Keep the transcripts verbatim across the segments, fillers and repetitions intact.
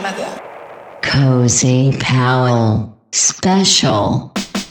grandmother. Cozy Powell Special.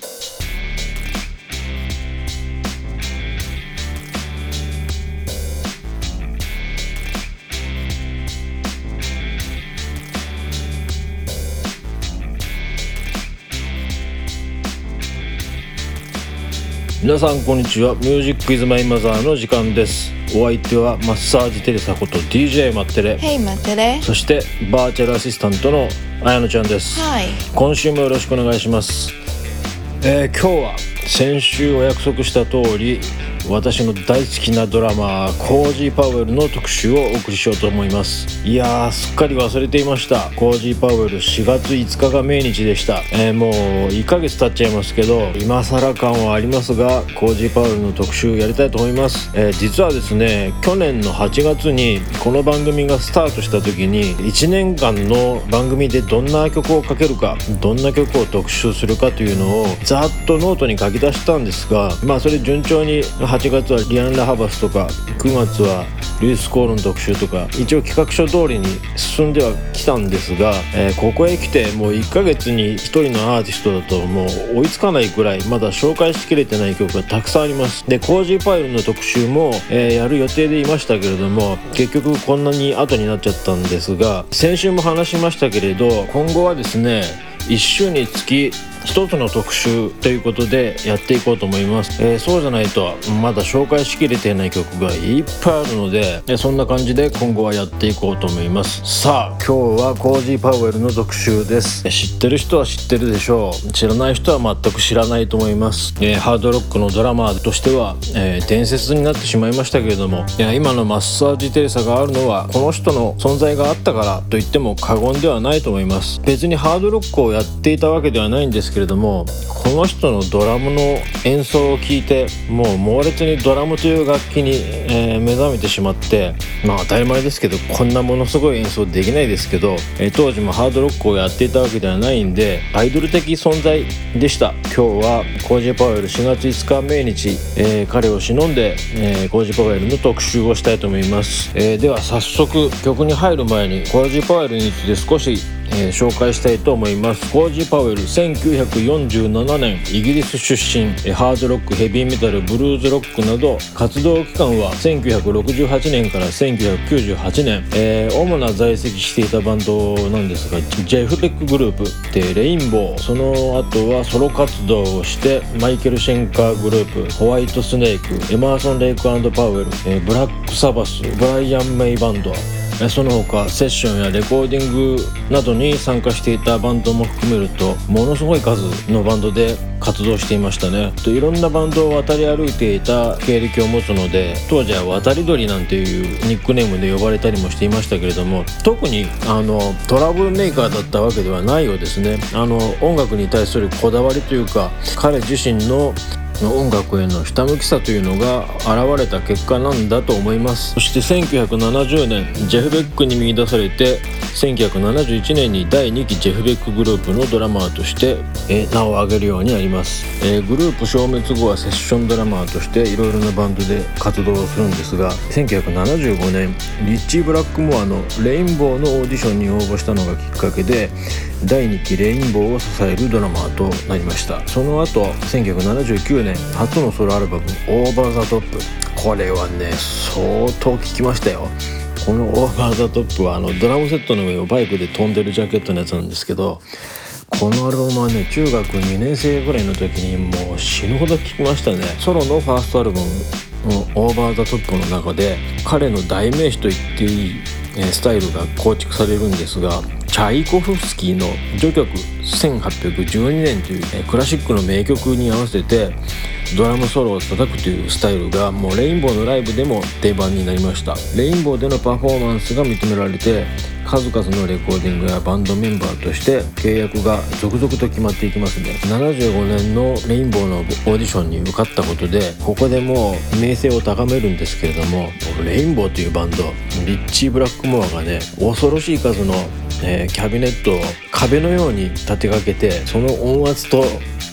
皆さんこんにちは。ミュージックイズマイマザーの時間です。お相手はマッサージテレサこと ディージェー マッテレ、 Hey マッテレ、 そしてバーチャルアシスタントのあやのちゃんです。 はい、 今週もよろしくお願いします。えー、今日は先週お約束した通り、私の大好きなドラマーコージー・パウエルの特集をお送りしようと思います。いやー、すっかり忘れていました。コージー・パウエルしがついつかが命日でした。えー、もういっかげつ経っちゃいますけど、今更感はありますが、コージー・パウエルの特集やりたいと思います。えー、実はですね、去年のはちがつにこの番組がスタートした時にいちねんかんの番組でどんな曲をかけるか、どんな曲を特集するかというのをざっとノートに書き出したんですが、まあそれ順調にはちがつはリアン・ラハバスとか、くがつはルイス・コールの特集とか、一応企画書通りに進んではきたんですが、えー、ここへ来てもういっかげつにひとりのアーティストだともう追いつかないくらいまだ紹介しきれてない曲がたくさんあります。で、コージー・パウエルの特集も、えー、やる予定でいましたけれども、結局こんなに後になっちゃったんですが、先週も話しましたけれど、今後はですね、いっ週につき一つの特集ということでやっていこうと思います。えー、そうじゃないとまだ紹介しきれていない曲がいっぱいあるので、えー、そんな感じで今後はやっていこうと思います。さあ、今日はコージー・パウエルの特集です。えー、知ってる人は知ってるでしょう。知らない人は全く知らないと思います。えー、ハードロックのドラマーとしては、えー、伝説になってしまいましたけれども、いや今のマッサージテレサがあるのはこの人の存在があったからと言っても過言ではないと思います。別にハードロックをやっていたわけではないんですけれども、この人のドラムの演奏を聴いてもう猛烈にドラムという楽器に、えー、目覚めてしまって、まあ当たり前ですけどこんなものすごい演奏できないですけど、えー、当時もハードロックをやっていたわけではないんでアイドル的存在でした。今日はコージー・パウエルしがついつか命日、えー、彼を忍んで、えー、コージー・パウエルの特集をしたいと思います。えー、では早速曲に入る前にコージー・パウエルについて少しえー、紹介したいと思います。コージー・パウエル、せんきゅうひゃくよんじゅうななねんイギリス出身、えー、ハードロック、ヘビーメタル、ブルーズロックなど活動期間はせんきゅうひゃくろくじゅうはちねんからせんきゅうひゃくきゅうじゅうはちねん、えー、主な在籍していたバンドなんですが、ジェフ・ベックグループでレインボー、その後はソロ活動をしてマイケル・シェンカーグループ、ホワイトスネーク、エマーソン・レイク&パウエル、えー、ブラック・サバス、ブライアン・メイバンド、その他セッションやレコーディングなどに参加していたバンドも含めるとものすごい数のバンドで活動していましたね。いろんなバンドを渡り歩いていた経歴を持つので、当時は渡り鳥なんていうニックネームで呼ばれたりもしていましたけれども、特にあのトラブルメーカーだったわけではないようですね。あの音楽に対するこだわりというか、彼自身の音楽へのひたむきさというのが現れた結果なんだと思います。そしてせんきゅうひゃくななじゅうねんジェフ・ベックに見出されて、せんきゅうひゃくななじゅういちねんにだいにきジェフ・ベックグループのドラマーとして、えー、名を上げるようになります。えー、グループ消滅後はセッションドラマーとしていろいろなバンドで活動をするんですが、せんきゅうひゃくななじゅうごねんリッチー・ブラックモアのレインボーのオーディションに応募したのがきっかけでだいにきレインボーを支えるドラマーとなりました。その後せんきゅうひゃくななじゅうきゅうねん初のソロアルバムオーバーザトップ、これはね相当聴きましたよ。このオーバーザトップはあのドラムセットの上をバイクで飛んでるジャケットのやつなんですけど、このアルバムはね中学にねん生ぐらいの時にもう死ぬほど聴きましたね。ソロのファーストアルバムのオーバーザトップの中で彼の代名詞と言っていいスタイルが構築されるんですが、チャイコフスキーの序曲せんはっぴゃくじゅうにねんというクラシックの名曲に合わせてドラムソロを叩くというスタイルがもうレインボーのライブでも定番になりました。レインボーでのパフォーマンスが認められて、数々のレコーディングやバンドメンバーとして契約が続々と決まっていきますね。ななじゅうごねんのレインボーのオーディションに受かったことでここでもう名声を高めるんですけれども、レインボーというバンド、リッチー・ブラックモアがね恐ろしい数の、えー、キャビネットを壁のように立てかけて、その音圧と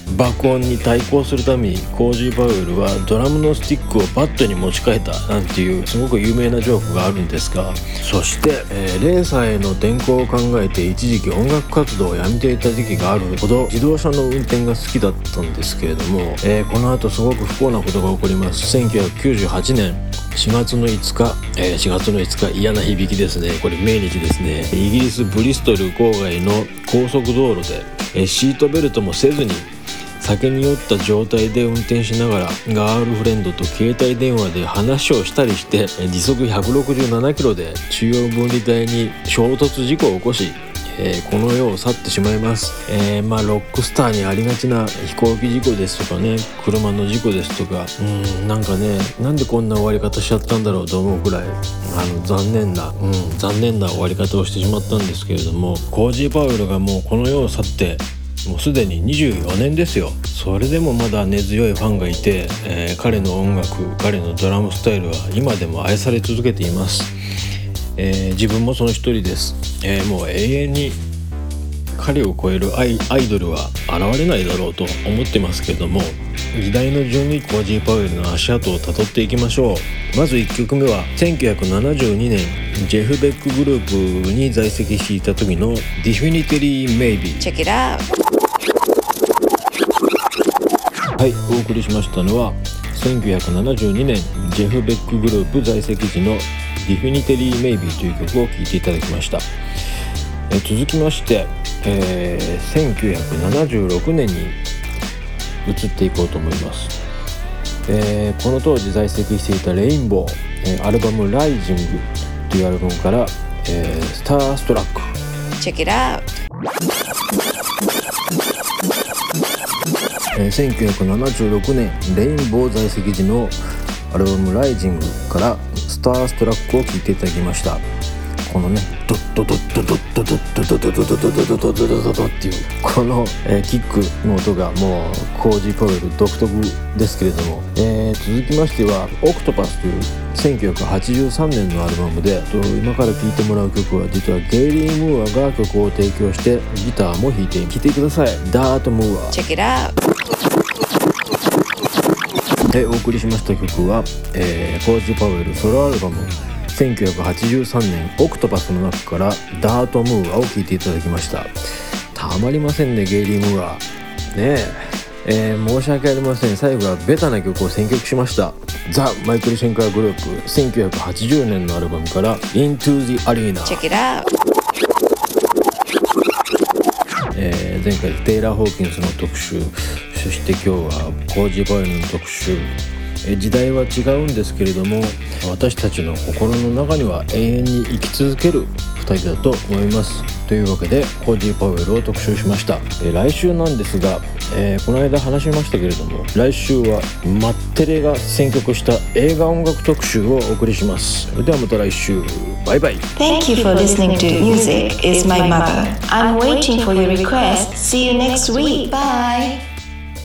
爆音に対抗するためにコージー・パウエルはドラムのスティックをバットに持ち替えたなんていうすごく有名なジョークがあるんですが、そして、えー、レーサーへの転向を考えて一時期音楽活動をやめていた時期があるほど自動車の運転が好きだったんですけれども、えー、この後すごく不幸なことが起こります。せんきゅうひゃくきゅうじゅうはちねんしがつのいつか、えー、しがつのいつか嫌な響きですね。これ命日ですね。イギリスブリストル郊外の高速道路で、えー、シートベルトもせずに酒に酔った状態で運転しながらガールフレンドと携帯電話で話をしたりして、時速ひゃくろくじゅうななキロで中央分離帯に衝突事故を起こし、えー、この世を去ってしまいます。えー、まあロックスターにありがちな飛行機事故ですとかね、車の事故ですとか、うーんなんかね、なんでこんな終わり方しちゃったんだろうと思うくらいあの残念な、うん、残念な終わり方をしてしまったんですけれども、コージー・パウエルがもうこの世を去ってもうすでににじゅうよねんですよ。それでもまだ根強いファンがいて、えー、彼の音楽、彼のドラムスタイルは今でも愛され続けています。えー、自分もその一人です。えー、もう永遠に彼を超えるアイ、アイドルは現れないだろうと思ってますけれども、時代の順にコージー・パウエルの足跡をたどっていきましょう。まずいっきょくめはせんきゅうひゃくななじゅうにねんジェフ・ベックグループに在籍していた時の Definitely Maybe。 Check it out。 はい、お送りしましたのはせんきゅうひゃくななじゅうにねんジェフ・ベックグループ在籍時の Definitely Maybe という曲を聴いていただきました。え続きまして、えー、せんきゅうひゃくななじゅうろくねんに移っていこうと思います。えー、この当時在籍していたレインボー、えー、アルバムライジングというアルバムから、えー、スターストラック。 Check it out。 えー、せんきゅうひゃくななじゅうろくねんレインボー在籍時のアルバムライジングからスターストラックを聴いていただきました。このねドッドドッドドッドドッドドッドドッドドッドドッドドッドドっていうこの、えー、キックの音がもうコージー・パウエル独特ですけれども、えー、続きましてはオクトパスというせんきゅうひゃくはちじゅうさんねんのアルバムで、と今から聴いてもらう曲は実はゲイリー・ムーアが曲を提供してギターも弾いて聴いてください。ダート・ムーア。 Check it out。 でお送りしました曲は、えー、コージー・パウエルソロアルバムせんきゅうひゃくはちじゅうさんねんオクトパスの中からダート・ムーアを聴いていただきました。たまりませんね、ゲイリー・ムーアねええー、申し訳ありません。最後はベタな曲を選曲しました。ザ・マイケル・シェンカーグループせんきゅうひゃくはちじゅうねんのアルバムから Into the Arena。 Check it out。 えー、前回テイラー・ホーキンスの特集、そして今日はコージー・パウエルの特集。えー、時代は違うんですけれども、私たちの心の中には永遠に生き続けるふたりだと思います。というわけでコージー・パウエルを特集しました。えー、来週なんですが、えー、この間話しましたけれども、来週はマッテレが選曲した映画音楽特集をお送りします。それではまた来週、バイバイ。 Thank you for listening to Music is My Mother. I'm waiting for your request. See you next week. Bye.